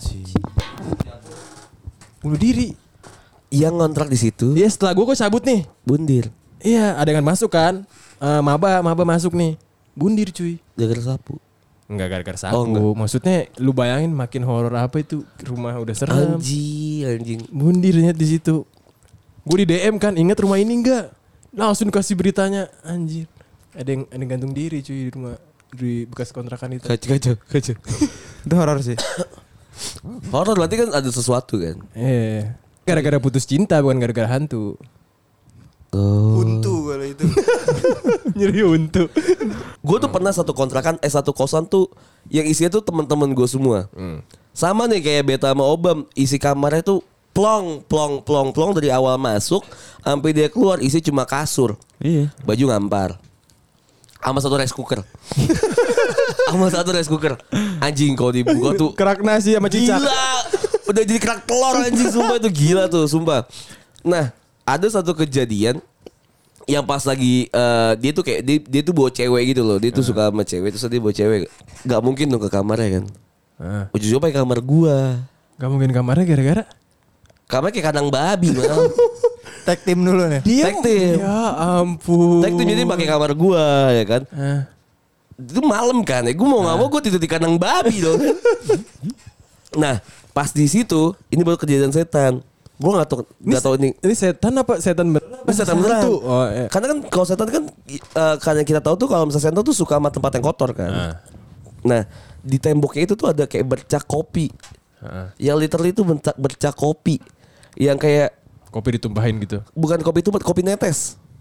Bunuh diri. Yang ngontrak di situ Iya setelah gue gue cabut nih. bundir Iya ada yang masuk kan. Eh, maba maba masuk nih. Bundir cuy. gara-gara sapu. Enggak gara-gara sapu. Oh, enggak. Maksudnya lu bayangin makin horor apa itu, rumah udah serem. Anjing, anjing. Bundirnya di situ. Gue di D M kan, ingat rumah ini enggak? Langsung kasih beritanya, anjir. Ada yang ada yang gantung diri cuy di rumah di bekas kontrakan itu. Kacau, kacau, kacau. itu horor sih. Horor berarti kan ada sesuatu kan? Eh, gara-gara putus cinta bukan gara-gara hantu. Oh. Untu kalau itu. Nyeri untu. Gue tuh pernah satu kontrakan, eh satu kosan tuh yang isinya tuh teman-teman gue semua. Sama nih kayak Beta sama Obam, isi kamarnya tuh plong, plong, plong, plong dari awal masuk sampai dia keluar isi cuma kasur, Iya. baju ngampar, sama satu rice cooker, sama satu rice cooker. Anjing kalau dibuka tuh Kerak nasi sama cicak. gila, udah jadi kerak telur anjing, sumpah itu gila tuh, sumpah. Nah, ada satu kejadian yang pas lagi eh, dia tuh kayak dia, dia tuh bawa cewek gitu loh, dia tuh suka sama cewek, terus dia bawa cewek, nggak mungkin dong ke kamarnya kan, Ah, ujung-ujungnya pakai kamar gua, gak mungkin kamarnya gara-gara kamar kayak kandang babi mal, Tag tim dulu nih. dia. Tag team. Ya ampun. tek tuh jadi pakai kamar gua ya kan, Ah, itu malam kan, ya gua mau nggak mau gua tidur di kandang babi dong. Nah, pas di situ ini baru kejadian setan. Gue nggak tahu nggak tahu ini ini setan apa setan beneran? ini setan beneran. Hantu? Oh, iya. Karena kan kalau setan kan eh, karena kita tahu tuh kalau misalnya setan tuh suka sama tempat yang kotor kan. Ah. Nah di temboknya itu tuh ada kayak bercak kopi. Ah. Yang literally itu bercak, bercak kopi. Yang kayak Kopi ditumpahin gitu. bukan kopi itu kopi netes.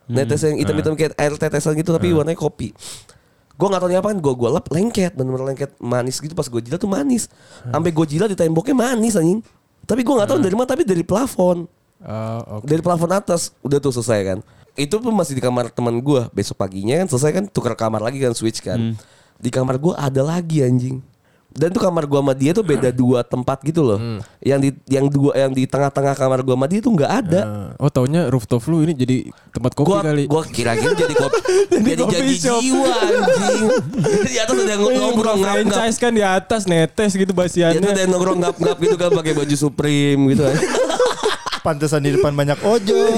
Netes yang hitam-hitam kayak air tetesan gitu tapi warnanya kopi. Gue gak tau ini apaan, gue gue lap lengket, bener-bener lengket manis gitu. Pas gue jilat tuh manis. Sampai gue jilat di temboknya manis anjing. Tapi gue gak tau dari mana, tapi dari plafon. Oh, oke. Dari plafon atas. Udah tuh selesai kan. Itu pun masih di kamar teman gue. Besok paginya kan selesai kan, tukar kamar lagi kan, switch kan. Di kamar gue ada lagi anjing. Dan tuh kamar gua sama dia tuh beda dua tempat gitu loh. Hmm. Yang di yang dua yang di tengah-tengah kamar gua sama dia tuh nggak ada. Uh, oh taunya rooftop lu ini jadi tempat kopi gua, kali. Gua kira-kira jadi kopi. jadi jadi jiwa anjing. Di atas ada yang nongkrong ngap-ngap. Franchise kan di atas netes gitu basiannya. Itu ada yang nongkrong ngap-ngap gitu kan pakai baju Supreme gitu. Pantesan di depan banyak ojol.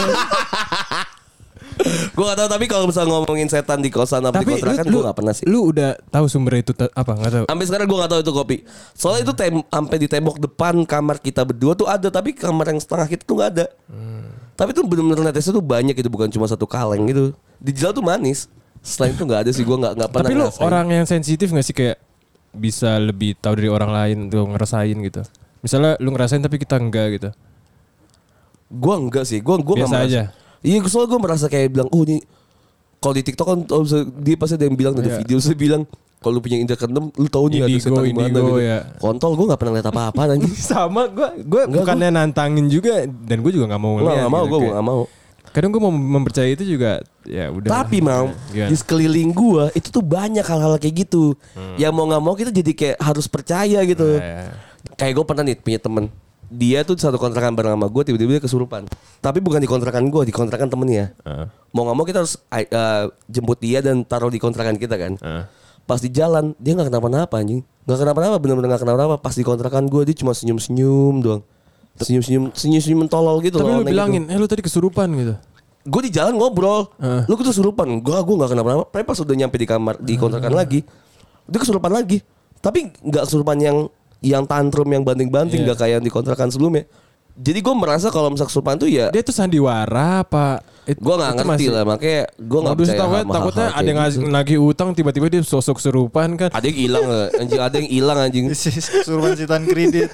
Gue gak tahu tapi kalau misalnya ngomongin setan di kosan apa di kontrakan gue gak pernah sih. Lu udah tahu sumber itu te- apa nggak tahu? Sampai sekarang gue gak tahu itu kopi. Soalnya itu tem- sampai di tembok depan kamar kita berdua tuh ada tapi kamar yang setengah kita tuh gak ada. Hmm. Tapi tuh bener-bener netesnya tuh banyak itu bukan cuma satu kaleng gitu. Dijual tuh manis. Selain itu gak ada sih gue gak, gak pernah. Tapi lu ngerasain. orang yang sensitif gak sih kayak bisa lebih tahu dari orang lain tuh ngerasain gitu. Misalnya lu ngerasain tapi kita enggak gitu. Gue enggak sih. Gue gue biasa aja. Iya soalnya gue merasa kayak bilang oh ini kalau di TikTok kan oh, dia pasti ada yang bilang ada yeah. video saya bilang kalau lu punya indra keenam lu tahu nih ada setan di mana gitu. Ya. Kontol gue nggak pernah lihat apa-apa anjing. Sama gue gue bukannya gua, nantangin juga dan gue juga nggak mau ngeliat. Nggak mau gitu, gue nggak mau. Kadang gue mau mempercayai itu juga ya udah. Tapi mau di sekeliling gue itu tuh banyak hal-hal kayak gitu. Hmm. Yang mau nggak mau kita jadi kayak harus percaya gitu. Nah, ya. Kayak gue pernah nih punya temen. Dia tuh satu kontrakan bareng sama gue tiba-tiba dia kesurupan. Tapi bukan di kontrakan gue, di kontrakan temennya. Uh. Mau gak mau kita harus uh, jemput dia dan taruh di kontrakan kita kan. Uh. Pas di jalan dia gak kenapa-napa anjing. Gak kenapa-napa bener-bener gak kenapa-napa. Pas di kontrakan gue dia cuma senyum-senyum doang. Senyum-senyum senyum-senyum mentolol gitu. Tapi loh. Tapi lu bilangin, gitu. eh lu tadi kesurupan gitu. Gue di jalan ngobrol. Uh. Lu kesurupan? Gue gue gak kenapa-napa. Tapi pas udah nyampe di kamar di kontrakan uh. lagi. Dia kesurupan lagi. Tapi gak kesurupan yang yang tantrum yang banting-banting yeah. Gak kayak yang di kontrakan sebelumnya. Jadi gue merasa kalau misalnya kesurupan tuh ya dia tuh sandiwara apa? Gue gak ngerti masih, lah makanya gue gak percaya sama hal-hal takutnya ada yang gitu. Nagih utang tiba-tiba dia sosok kesurupan kan. Ada yang hilang anjing, ada yang hilang anjing. Kesurupan setan kredit.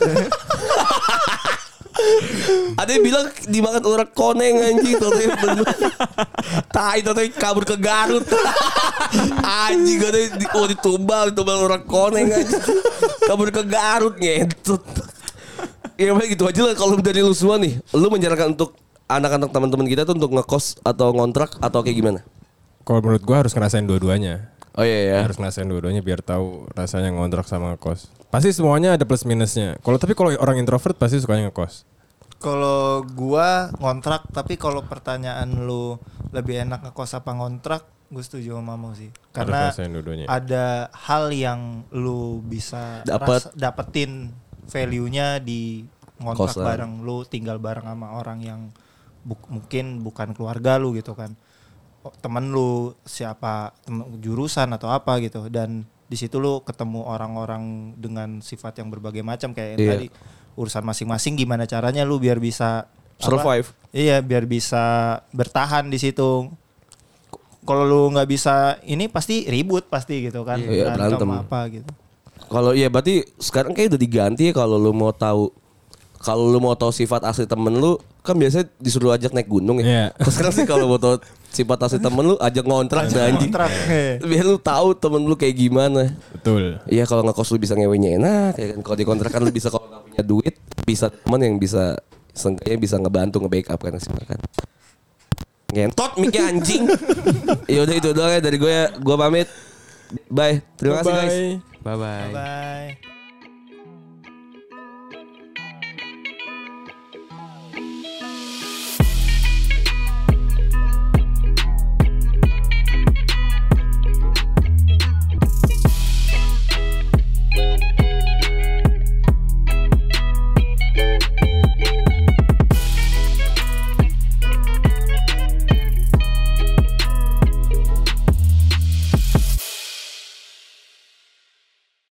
Ada yang bilang dimakan urat koneng anjing. Tai tapi kabur ke Garut. Anjing ada oh ditumbal ditumbal urat koneng anjing. Kabur ke Garut ngentut. Ya baik gitu aja lah kalau dari lu semua nih. Lu menyarankan untuk anak-anak teman-teman kita tuh untuk ngekos atau ngontrak atau kayak gimana? Kalau menurut gua harus ngerasain dua-duanya. Oh iya ya. Harus ngerasain dua-duanya biar tahu rasanya ngontrak sama ngekos. Pasti semuanya ada plus minusnya. Kalau tapi kalau orang introvert pasti sukanya ngekos. Kalau gua ngontrak, tapi kalau pertanyaan lu lebih enak ngekos apa ngontrak, gue setuju sama Mamo sih. Karena ada hal yang lu bisa Dapet. ras, dapetin value-nya di ngontrak Kosan. bareng lu, tinggal bareng sama orang yang bu- mungkin bukan keluarga lu gitu kan. Temen lu siapa, temen, jurusan atau apa gitu. Dan di situ lu ketemu orang-orang dengan sifat yang berbagai macam kayak yang iya. tadi urusan masing-masing gimana caranya lu biar bisa survive. Apa? Iya, biar bisa bertahan di situ. Kalau lu nggak bisa ini pasti ribut pasti gitu kan. Iya, berantem apa gitu. Kalau iya berarti sekarang kayak udah diganti ya kalau lu mau tahu kalau lu mau tahu sifat asli temen lu kan biasanya disuruh ajak naik gunung ya. Yeah. Sekarang sih kalau mau tahu sifat asli temen lu ajak ngontrak anjing. Biar lu tahu temen lu kayak gimana. Betul. Iya kalau ngekos lu bisa ngewenya enak ya kan. Kalau di kontrakan lu bisa kalau nggak punya duit bisa temen yang bisa seenggaknya bisa ngebantu nge-backup kan kan. Ngentot miknya anjing. Ya udah itu doang ya dari gue ya. Gue pamit. Bye. Terima kasih guys. Bye bye. Bye.